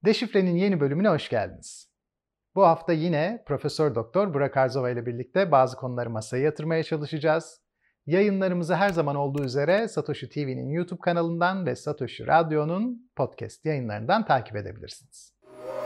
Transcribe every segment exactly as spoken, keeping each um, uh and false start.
Deşifre'nin yeni bölümüne hoş geldiniz. Bu hafta yine Profesör Doktor Burak Arzova ile birlikte bazı konuları masaya yatırmaya çalışacağız. Yayınlarımızı her zaman olduğu üzere Satoshi T V'nin YouTube kanalından ve Satoshi Radyo'nun podcast yayınlarından takip edebilirsiniz.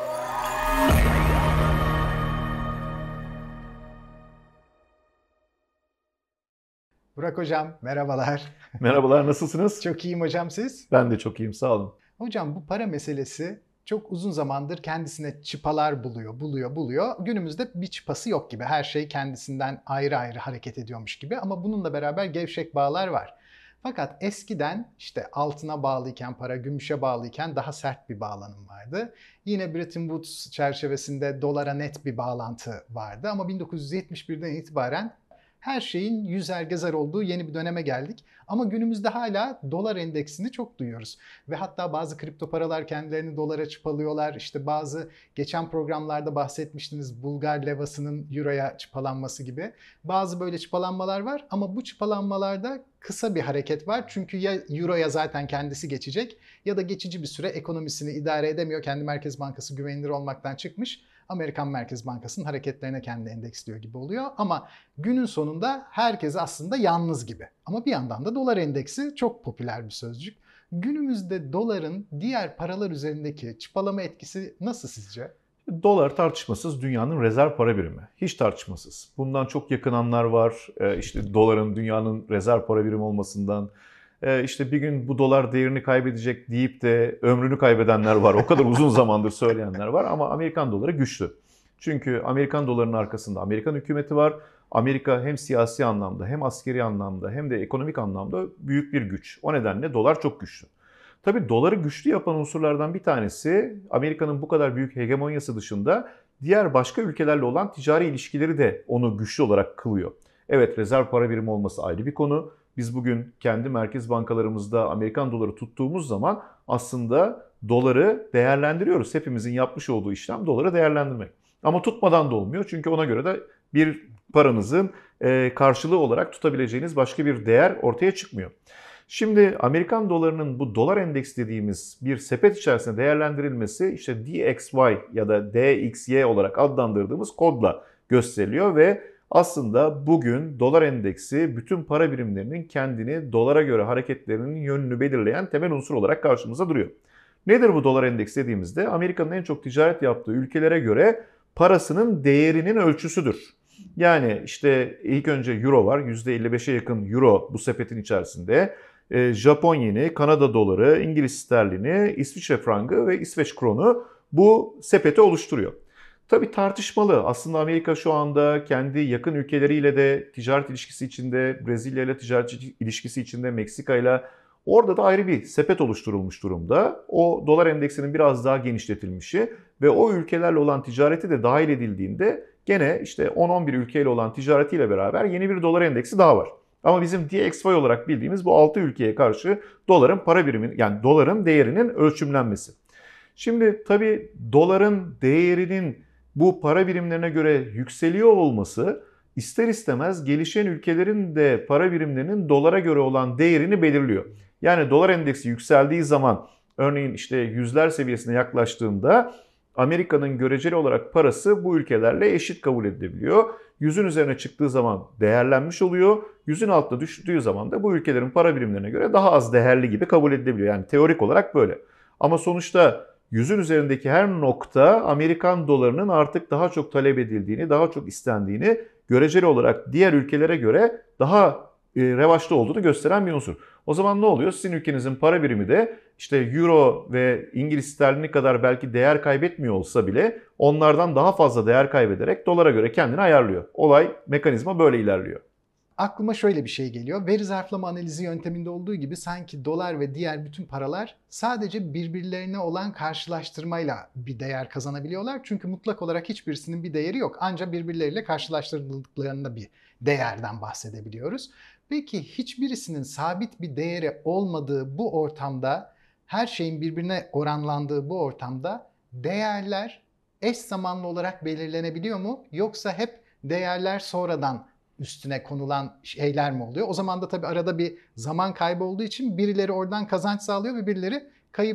Burak Hocam merhabalar. Merhabalar, nasılsınız? Çok iyiyim hocam, siz? Ben de çok iyiyim, sağ olun. Hocam bu para meselesi çok uzun zamandır kendisine çıpalar buluyor, buluyor, buluyor. Günümüzde bir çıpası yok gibi. Her şey kendisinden ayrı ayrı hareket ediyormuş gibi. Ama bununla beraber gevşek bağlar var. Fakat eskiden işte altına bağlıyken, para gümüşe bağlıyken daha sert bir bağlanım vardı. Yine Bretton Woods çerçevesinde dolara net bir bağlantı vardı. Ama bin dokuz yüz yetmiş birden itibaren her şeyin yüzer gezer olduğu yeni bir döneme geldik. Ama günümüzde hala dolar endeksini çok duyuyoruz. Ve hatta bazı kripto paralar kendilerini dolara çıpalıyorlar. İşte bazı geçen programlarda bahsetmiştiniz Bulgar levasının euroya çıpalanması gibi. Bazı böyle çıpalanmalar var ama bu çıpalanmalarda kısa bir hareket var. Çünkü ya euroya zaten kendisi geçecek ya da geçici bir süre ekonomisini idare edemiyor. Kendi Merkez Bankası güvenilir olmaktan çıkmış. Amerikan Merkez Bankası'nın hareketlerine kendi endeksliyor gibi oluyor. Ama günün sonunda herkes aslında yalnız gibi. Ama bir yandan da dolar endeksi çok popüler bir sözcük. Günümüzde doların diğer paralar üzerindeki çıpalama etkisi nasıl sizce? Dolar tartışmasız dünyanın rezerv para birimi. Hiç tartışmasız. Bundan çok yakınanlar var. İşte doların dünyanın rezerv para birimi olmasından. İşte bir gün bu dolar değerini kaybedecek deyip de ömrünü kaybedenler var. O kadar uzun zamandır söyleyenler var ama Amerikan doları güçlü. Çünkü Amerikan dolarının arkasında Amerikan hükümeti var. Amerika hem siyasi anlamda hem askeri anlamda hem de ekonomik anlamda büyük bir güç. O nedenle dolar çok güçlü. Tabii doları güçlü yapan unsurlardan bir tanesi Amerika'nın bu kadar büyük hegemonyası dışında diğer başka ülkelerle olan ticari ilişkileri de onu güçlü olarak kılıyor. Evet, rezerv para birimi olması ayrı bir konu. Biz bugün kendi merkez bankalarımızda Amerikan doları tuttuğumuz zaman aslında doları değerlendiriyoruz. Hepimizin yapmış olduğu işlem doları değerlendirmek. Ama tutmadan da olmuyor çünkü ona göre de bir paranızın karşılığı olarak tutabileceğiniz başka bir değer ortaya çıkmıyor. Şimdi Amerikan dolarının bu dolar endeks dediğimiz bir sepet içerisinde değerlendirilmesi işte D X Y ya da D X Y olarak adlandırdığımız kodla gösteriliyor ve aslında bugün dolar endeksi bütün para birimlerinin kendini dolara göre hareketlerinin yönünü belirleyen temel unsur olarak karşımıza duruyor. Nedir bu dolar endeksi dediğimizde Amerika'nın en çok ticaret yaptığı ülkelere göre parasının değerinin ölçüsüdür. Yani işte ilk önce euro var, yüzde elli beşe yakın euro bu sepetin içerisinde. Japon yeni, Kanada doları, İngiliz sterlini, İsviçre frangı ve İsveç kronu bu sepeti oluşturuyor. Tabii tartışmalı. Aslında Amerika şu anda kendi yakın ülkeleriyle de ticaret ilişkisi içinde, Brezilya ile ticaret ilişkisi içinde, Meksika ile orada da ayrı bir sepet oluşturulmuş durumda. O dolar endeksinin biraz daha genişletilmişi ve o ülkelerle olan ticareti de dahil edildiğinde gene işte on on bir ülkeyle olan ticaretiyle beraber yeni bir dolar endeksi daha var. Ama bizim D X Y olarak bildiğimiz bu altı ülkeye karşı doların para birimi yani doların değerinin ölçümlenmesi. Şimdi tabii doların değerinin bu para birimlerine göre yükseliyor olması ister istemez gelişen ülkelerin de para birimlerinin dolara göre olan değerini belirliyor. Yani dolar endeksi yükseldiği zaman örneğin işte yüzler seviyesine yaklaştığında Amerika'nın göreceli olarak parası bu ülkelerle eşit kabul edilebiliyor. Yüzün üzerine çıktığı zaman değerlenmiş oluyor. Yüzün altına düştüğü zaman da bu ülkelerin para birimlerine göre daha az değerli gibi kabul edilebiliyor. Yani teorik olarak böyle. Ama sonuçta yüzün üzerindeki her nokta Amerikan dolarının artık daha çok talep edildiğini, daha çok istendiğini göreceli olarak diğer ülkelere göre daha revaçta olduğunu gösteren bir unsur. O zaman ne oluyor? Sizin ülkenizin para birimi de işte euro ve İngiliz sterlini kadar belki değer kaybetmiyor olsa bile onlardan daha fazla değer kaybederek dolara göre kendini ayarlıyor. Olay, mekanizma böyle ilerliyor. Aklıma şöyle bir şey geliyor. Veri zarflama analizi yönteminde olduğu gibi sanki dolar ve diğer bütün paralar sadece birbirlerine olan karşılaştırmayla bir değer kazanabiliyorlar. Çünkü mutlak olarak hiçbirisinin bir değeri yok. Ancak birbirleriyle karşılaştırıldıklarında bir değerden bahsedebiliyoruz. Peki hiçbirisinin sabit bir değeri olmadığı bu ortamda, her şeyin birbirine oranlandığı bu ortamda değerler eş zamanlı olarak belirlenebiliyor mu? Yoksa hep değerler sonradan üstüne konulan şeyler mi oluyor? O zaman da tabii arada bir zaman kaybı olduğu için birileri oradan kazanç sağlıyor ve birileri kayıp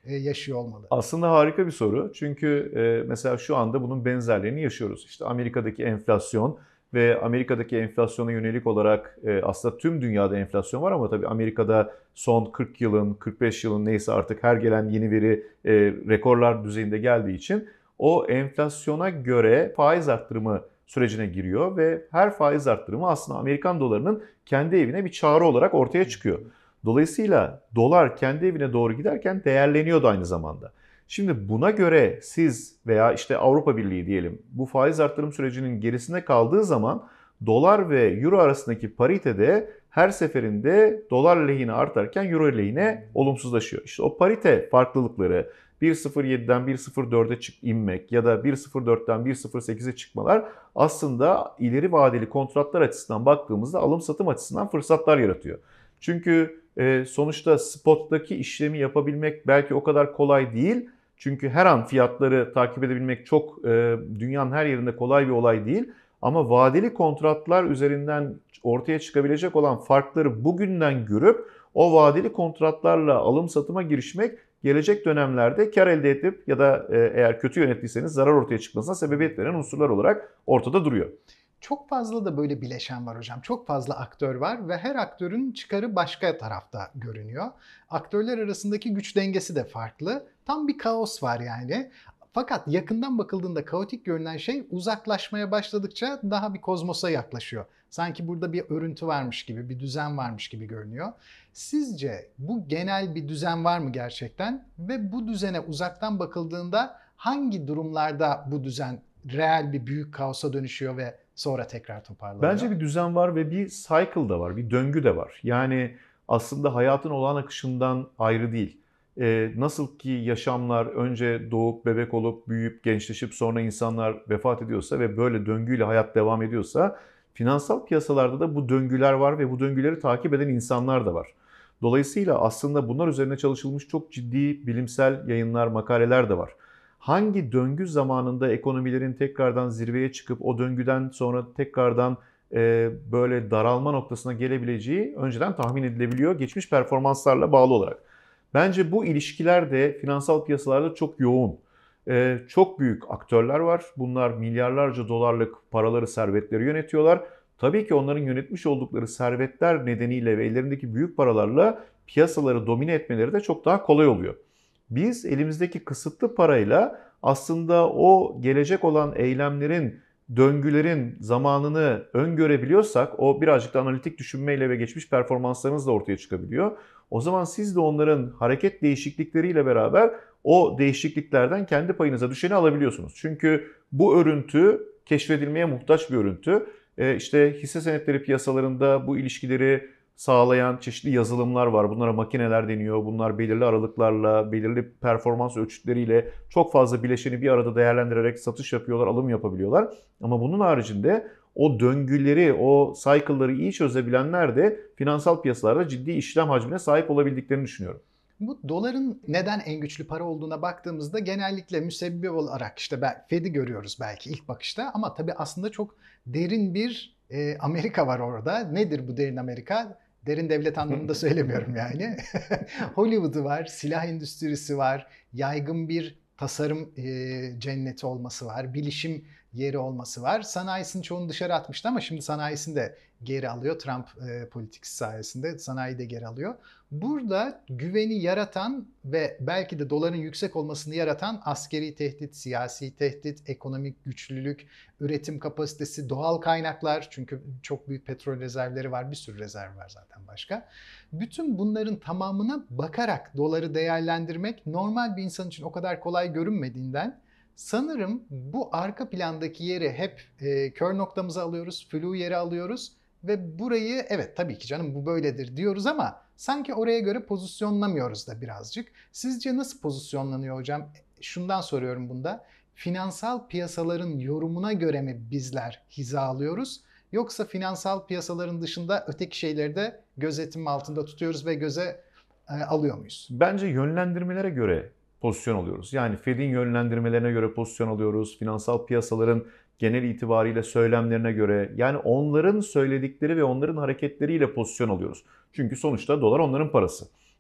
e, yaşıyor olmalı? Aslında harika bir soru. Çünkü e, mesela şu anda bunun benzerlerini yaşıyoruz. İşte Amerika'daki enflasyon ve Amerika'daki enflasyona yönelik olarak e, aslında tüm dünyada enflasyon var ama tabii Amerika'da son kırk yılın, kırk beş yılın neyse artık her gelen yeni veri e, rekorlar düzeyinde geldiği için o enflasyona göre faiz arttırımı sürecine giriyor ve her faiz arttırımı aslında Amerikan dolarının kendi evine bir çağrı olarak ortaya çıkıyor. Dolayısıyla dolar kendi evine doğru giderken değerleniyordu aynı zamanda. Şimdi buna göre siz veya işte Avrupa Birliği diyelim bu faiz arttırım sürecinin gerisinde kaldığı zaman dolar ve euro arasındaki parite de her seferinde dolar lehine artarken euro lehine olumsuzlaşıyor. İşte o parite farklılıkları bir nokta sıfır yediden bir nokta sıfır dörde çık inmek ya da bir nokta sıfır dörtten bir nokta sıfır sekize çıkmalar aslında ileri vadeli kontratlar açısından baktığımızda alım satım açısından fırsatlar yaratıyor. Çünkü e, sonuçta spottaki işlemi yapabilmek belki o kadar kolay değil. Çünkü her an fiyatları takip edebilmek çok e, dünyanın her yerinde kolay bir olay değil. Ama vadeli kontratlar üzerinden ortaya çıkabilecek olan farkları bugünden görüp o vadeli kontratlarla alım satıma girişmek gelecek dönemlerde kar elde edip ya da e, eğer kötü yönettiyseniz zarar ortaya çıkmasına sebebiyet veren unsurlar olarak ortada duruyor. Çok fazla da böyle bileşen var hocam. Çok fazla aktör var ve her aktörün çıkarı başka tarafta görünüyor. Aktörler arasındaki güç dengesi de farklı. Tam bir kaos var yani. Fakat yakından bakıldığında kaotik görünen şey uzaklaşmaya başladıkça daha bir kozmosa yaklaşıyor. Sanki burada bir örüntü varmış gibi, bir düzen varmış gibi görünüyor. Sizce bu genel bir düzen var mı gerçekten? Ve bu düzene uzaktan bakıldığında hangi durumlarda bu düzen reel bir büyük kaosa dönüşüyor ve sonra tekrar toparlanıyor? Bence bir düzen var ve bir cycle da var, bir döngü de var. Yani aslında hayatın olağan akışından ayrı değil. Ee, nasıl ki yaşamlar önce doğup, bebek olup, büyüyüp, gençleşip sonra insanlar vefat ediyorsa ve böyle döngüyle hayat devam ediyorsa finansal piyasalarda da bu döngüler var ve bu döngüleri takip eden insanlar da var. Dolayısıyla aslında bunlar üzerine çalışılmış çok ciddi bilimsel yayınlar, makaleler de var. Hangi döngü zamanında ekonomilerin tekrardan zirveye çıkıp o döngüden sonra tekrardan e, böyle daralma noktasına gelebileceği önceden tahmin edilebiliyor geçmiş performanslarla bağlı olarak. Bence bu ilişkiler de finansal piyasalarda çok yoğun. E, çok büyük aktörler var. Bunlar milyarlarca dolarlık paraları, servetleri yönetiyorlar. Tabii ki onların yönetmiş oldukları servetler nedeniyle ve ellerindeki büyük paralarla piyasaları domine etmeleri de çok daha kolay oluyor. Biz elimizdeki kısıtlı parayla aslında o gelecek olan eylemlerin, döngülerin zamanını öngörebiliyorsak o birazcık da analitik düşünmeyle ve geçmiş performanslarınızla ortaya çıkabiliyor. O zaman siz de onların hareket değişiklikleriyle beraber o değişikliklerden kendi payınıza düşeni alabiliyorsunuz. Çünkü bu örüntü keşfedilmeye muhtaç bir örüntü. E işte hisse senetleri piyasalarında bu ilişkileri sağlayan çeşitli yazılımlar var. Bunlara makineler deniyor. Bunlar belirli aralıklarla, belirli performans ölçütleriyle çok fazla bileşeni bir arada değerlendirerek satış yapıyorlar, alım yapabiliyorlar. Ama bunun haricinde o döngüleri, o cycle'ları iyi çözebilenler de finansal piyasalarda ciddi işlem hacmine sahip olabildiklerini düşünüyorum. Bu doların neden en güçlü para olduğuna baktığımızda genellikle müsebbibi olarak işte Fed'i görüyoruz belki ilk bakışta ama tabii aslında çok derin bir e, Amerika var orada. Nedir bu derin Amerika? Derin devlet anlamında söylemiyorum yani. Hollywood'u var, silah endüstrisi var, yaygın bir tasarım e, cenneti olması var, bilişim yeri olması var. Sanayisini çoğunu dışarı atmıştı ama şimdi sanayisini de geri alıyor. Trump e, politikası sayesinde sanayi de geri alıyor. Burada güveni yaratan ve belki de doların yüksek olmasını yaratan askeri tehdit, siyasi tehdit, ekonomik güçlülük, üretim kapasitesi, doğal kaynaklar. Çünkü çok büyük petrol rezervleri var, bir sürü rezerv var zaten başka. Bütün bunların tamamına bakarak doları değerlendirmek normal bir insan için o kadar kolay görünmediğinden sanırım bu arka plandaki yeri hep e, kör noktamıza alıyoruz, flu yeri alıyoruz ve burayı evet tabii ki canım bu böyledir diyoruz ama sanki oraya göre pozisyonlamıyoruz da birazcık. Sizce nasıl pozisyonlanıyor hocam? Şundan soruyorum bunda. Finansal piyasaların yorumuna göre mi bizler hizalıyoruz? Yoksa finansal piyasaların dışında öteki şeyleri de gözetim altında tutuyoruz ve göze e, alıyor muyuz? Bence yönlendirmelere göre pozisyon alıyoruz. Yani Fed'in yönlendirmelerine göre pozisyon alıyoruz. Finansal piyasaların genel itibariyle söylemlerine göre yani onların söyledikleri ve onların hareketleriyle pozisyon alıyoruz. Çünkü sonuçta dolar onların parası.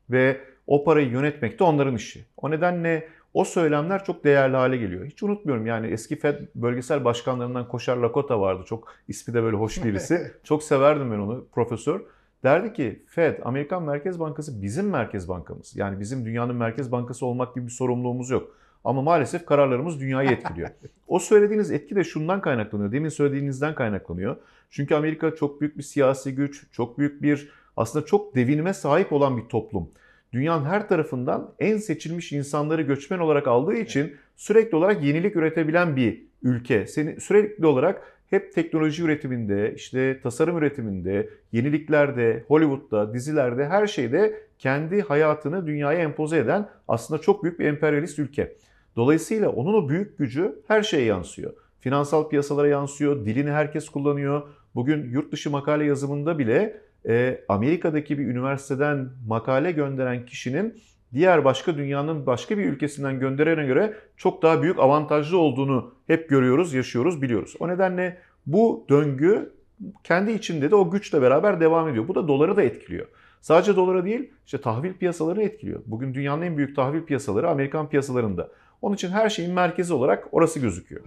ve o parayı yönetmek de onların işi. O nedenle o söylemler çok değerli hale geliyor. Hiç unutmuyorum yani eski Fed bölgesel başkanlarından Koşar Lakota vardı. Çok ismi de böyle hoş birisi. Çok severdim ben onu, profesör. Derdi ki Fed, Amerikan Merkez Bankası bizim merkez bankamız. Yani bizim dünyanın merkez bankası olmak gibi bir sorumluluğumuz yok. Ama maalesef kararlarımız dünyayı etkiliyor. O söylediğiniz etki de şundan kaynaklanıyor. Demin söylediğinizden kaynaklanıyor. Çünkü Amerika çok büyük bir siyasi güç, çok büyük bir aslında çok devinime sahip olan bir toplum. Dünyanın her tarafından en seçilmiş insanları göçmen olarak aldığı için sürekli olarak yenilik üretebilen bir ülke. Seni sürekli olarak hep teknoloji üretiminde, işte tasarım üretiminde, yeniliklerde, Hollywood'da, dizilerde, her şeyde kendi hayatını dünyaya empoze eden aslında çok büyük bir emperyalist ülke. Dolayısıyla onun o büyük gücü her şeye yansıyor. Finansal piyasalara yansıyor, dilini herkes kullanıyor. Bugün yurt dışı makale yazımında bile e, Amerika'daki bir üniversiteden makale gönderen kişinin diğer başka dünyanın başka bir ülkesinden gönderene göre çok daha büyük avantajlı olduğunu hep görüyoruz, yaşıyoruz, biliyoruz. O nedenle bu döngü kendi içinde de o güçle beraber devam ediyor. Bu da doları da etkiliyor. Sadece dolara değil, işte tahvil piyasalarını etkiliyor. Bugün dünyanın en büyük tahvil piyasaları Amerikan piyasalarında. Onun için her şeyin merkezi olarak orası gözüküyor.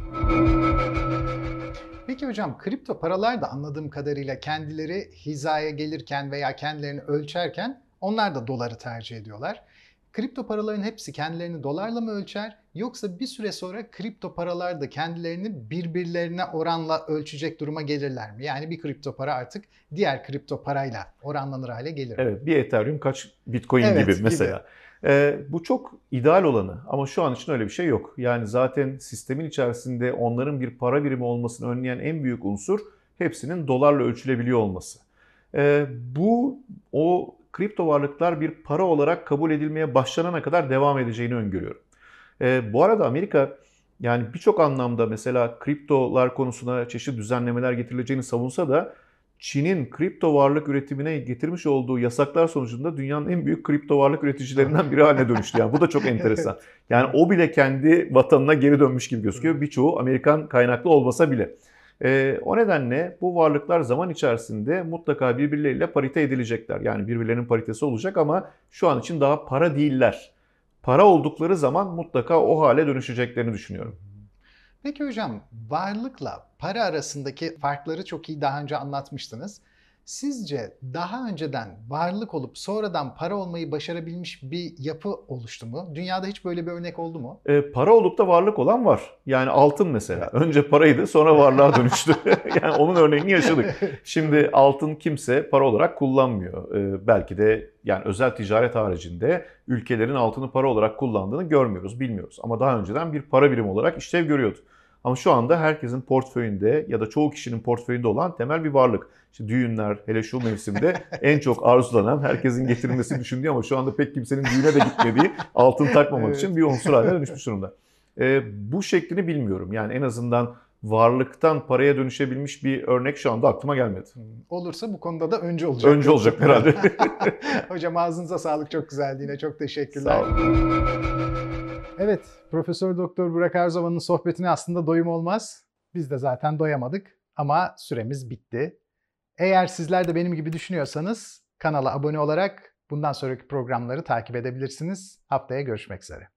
Peki hocam, kripto paralar da anladığım kadarıyla kendileri hizaya gelirken veya kendilerini ölçerken onlar da doları tercih ediyorlar. Kripto paraların hepsi kendilerini dolarla mı ölçer, yoksa bir süre sonra kripto paralar da kendilerini birbirlerine oranla ölçecek duruma gelirler mi? Yani bir kripto para artık diğer kripto parayla oranlanır hale gelir mi? Evet, bir Ethereum kaç Bitcoin Evet, gibi mesela. gibi. Ee, bu çok ideal olanı ama şu an için öyle bir şey yok. Yani zaten sistemin içerisinde onların bir para birimi olmasını önleyen en büyük unsur hepsinin dolarla ölçülebiliyor olması. Ee, bu o kripto varlıklar bir para olarak kabul edilmeye başlanana kadar devam edeceğini öngörüyorum. Ee, bu arada Amerika yani birçok anlamda mesela kriptolar konusuna çeşitli düzenlemeler getirileceğini savunsa da Çin'in kripto varlık üretimine getirmiş olduğu yasaklar sonucunda dünyanın en büyük kripto varlık üreticilerinden biri haline dönüştü. Yani bu da çok enteresan. Yani o bile kendi vatanına geri dönmüş gibi gözüküyor. Birçoğu Amerikan kaynaklı olmasa bile. Ee, o nedenle bu varlıklar zaman içerisinde mutlaka birbirleriyle parite edilecekler. Yani birbirlerinin paritesi olacak ama şu an için daha para değiller. Para oldukları zaman mutlaka o hale dönüşeceklerini düşünüyorum. Peki hocam, varlıkla para arasındaki farkları çok iyi daha önce anlatmıştınız. Sizce daha önceden varlık olup sonradan para olmayı başarabilmiş bir yapı oluştu mu? Dünyada hiç böyle bir örnek oldu mu? E, para olup da varlık olan var. Yani altın mesela. Önce paraydı, sonra varlığa dönüştü. Yani onun örneğini yaşadık. Şimdi altın kimse para olarak kullanmıyor. E, belki de yani özel ticaret haricinde ülkelerin altını para olarak kullandığını görmüyoruz, bilmiyoruz. Ama daha önceden bir para birimi olarak işlev görüyordu. Ama şu anda herkesin portföyünde ya da çoğu kişinin portföyünde olan temel bir varlık. İşte düğünler, hele şu mevsimde en çok arzulanan, herkesin getirilmesini düşündüğü ama şu anda pek kimsenin düğüne de gitmediği altın takmamak Evet. için bir unsur haline dönüşmüş durumda. Ee, bu şeklini bilmiyorum. Yani en azından varlıktan paraya dönüşebilmiş bir örnek şu anda aklıma gelmedi. Olursa bu konuda da önce olacak. Önce olacak herhalde. Hocam ağzınıza sağlık, çok güzeldi yine, çok teşekkürler. Sağ olun. Evet, Profesör Doktor Burak Erzova'nın sohbetine aslında doyum olmaz. Biz de zaten doyamadık ama süremiz bitti. Eğer sizler de benim gibi düşünüyorsanız kanala abone olarak bundan sonraki programları takip edebilirsiniz. Haftaya görüşmek üzere.